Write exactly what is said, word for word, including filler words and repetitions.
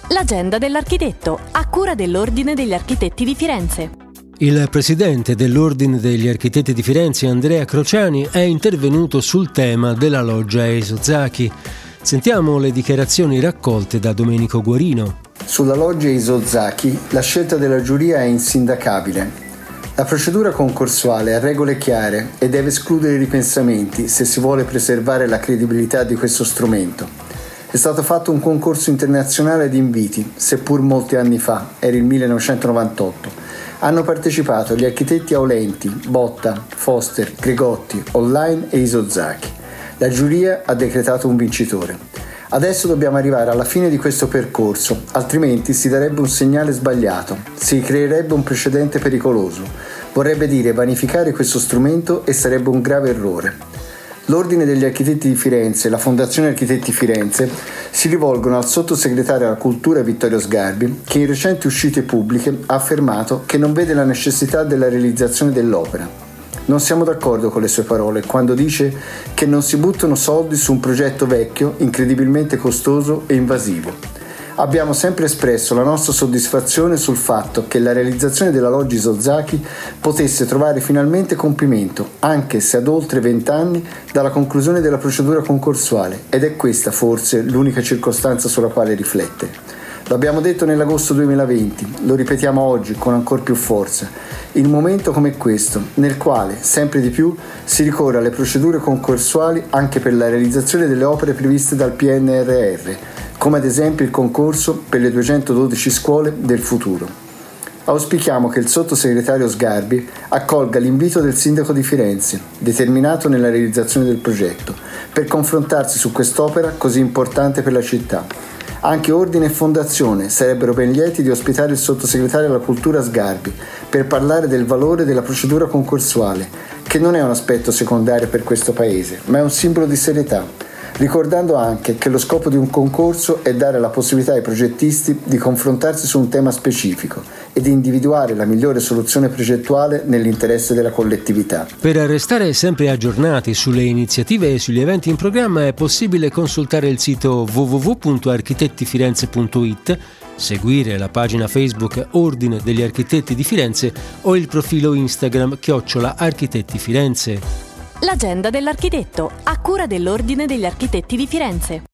L'agenda dell'architetto, a cura dell'Ordine degli Architetti di Firenze. Il presidente dell'Ordine degli Architetti di Firenze, Andrea Crociani, è intervenuto sul tema della loggia Isozaki. Sentiamo le dichiarazioni raccolte da Domenico Guarino. Sulla loggia Isozaki la scelta della giuria è insindacabile. La procedura concorsuale ha regole chiare e deve escludere ripensamenti se si vuole preservare la credibilità di questo strumento. È stato fatto un concorso internazionale di inviti, seppur molti anni fa, era il millenovecentonovantotto. Hanno partecipato gli architetti Aulenti, Botta, Foster, Gregotti, Online e Isozaki. La giuria ha decretato un vincitore. Adesso dobbiamo arrivare alla fine di questo percorso, altrimenti si darebbe un segnale sbagliato, si creerebbe un precedente pericoloso. Vorrebbe dire vanificare questo strumento e sarebbe un grave errore. L'Ordine degli Architetti di Firenze e la Fondazione Architetti Firenze si rivolgono al sottosegretario alla Cultura Vittorio Sgarbi, che in recenti uscite pubbliche ha affermato che non vede la necessità della realizzazione dell'opera. Non siamo d'accordo con le sue parole quando dice che non si buttano soldi su un progetto vecchio, incredibilmente costoso e invasivo. Abbiamo sempre espresso la nostra soddisfazione sul fatto che la realizzazione della loggia Isozaki potesse trovare finalmente compimento, anche se ad oltre vent'anni dalla conclusione della procedura concorsuale, ed è questa forse l'unica circostanza sulla quale riflettere. Lo abbiamo detto nell'agosto duemilaventi, lo ripetiamo oggi con ancor più forza. In un momento come questo, nel quale, sempre di più, si ricorre alle procedure concorsuali anche per la realizzazione delle opere previste dal P N R R, come ad esempio il concorso per le duecentododici scuole del futuro. Auspichiamo che il sottosegretario Sgarbi accolga l'invito del sindaco di Firenze, determinato nella realizzazione del progetto, per confrontarsi su quest'opera così importante per la città. Anche Ordine e Fondazione sarebbero ben lieti di ospitare il sottosegretario alla Cultura Sgarbi per parlare del valore della procedura concorsuale, che non è un aspetto secondario per questo Paese, ma è un simbolo di serietà, ricordando anche che lo scopo di un concorso è dare la possibilità ai progettisti di confrontarsi su un tema specifico e di individuare la migliore soluzione progettuale nell'interesse della collettività. Per restare sempre aggiornati sulle iniziative e sugli eventi in programma è possibile consultare il sito w w w punto architettifirenze punto i t, seguire la pagina Facebook Ordine degli Architetti di Firenze o il profilo Instagram chiocciola Architetti Firenze. L'agenda dell'architetto, a cura dell'Ordine degli Architetti di Firenze.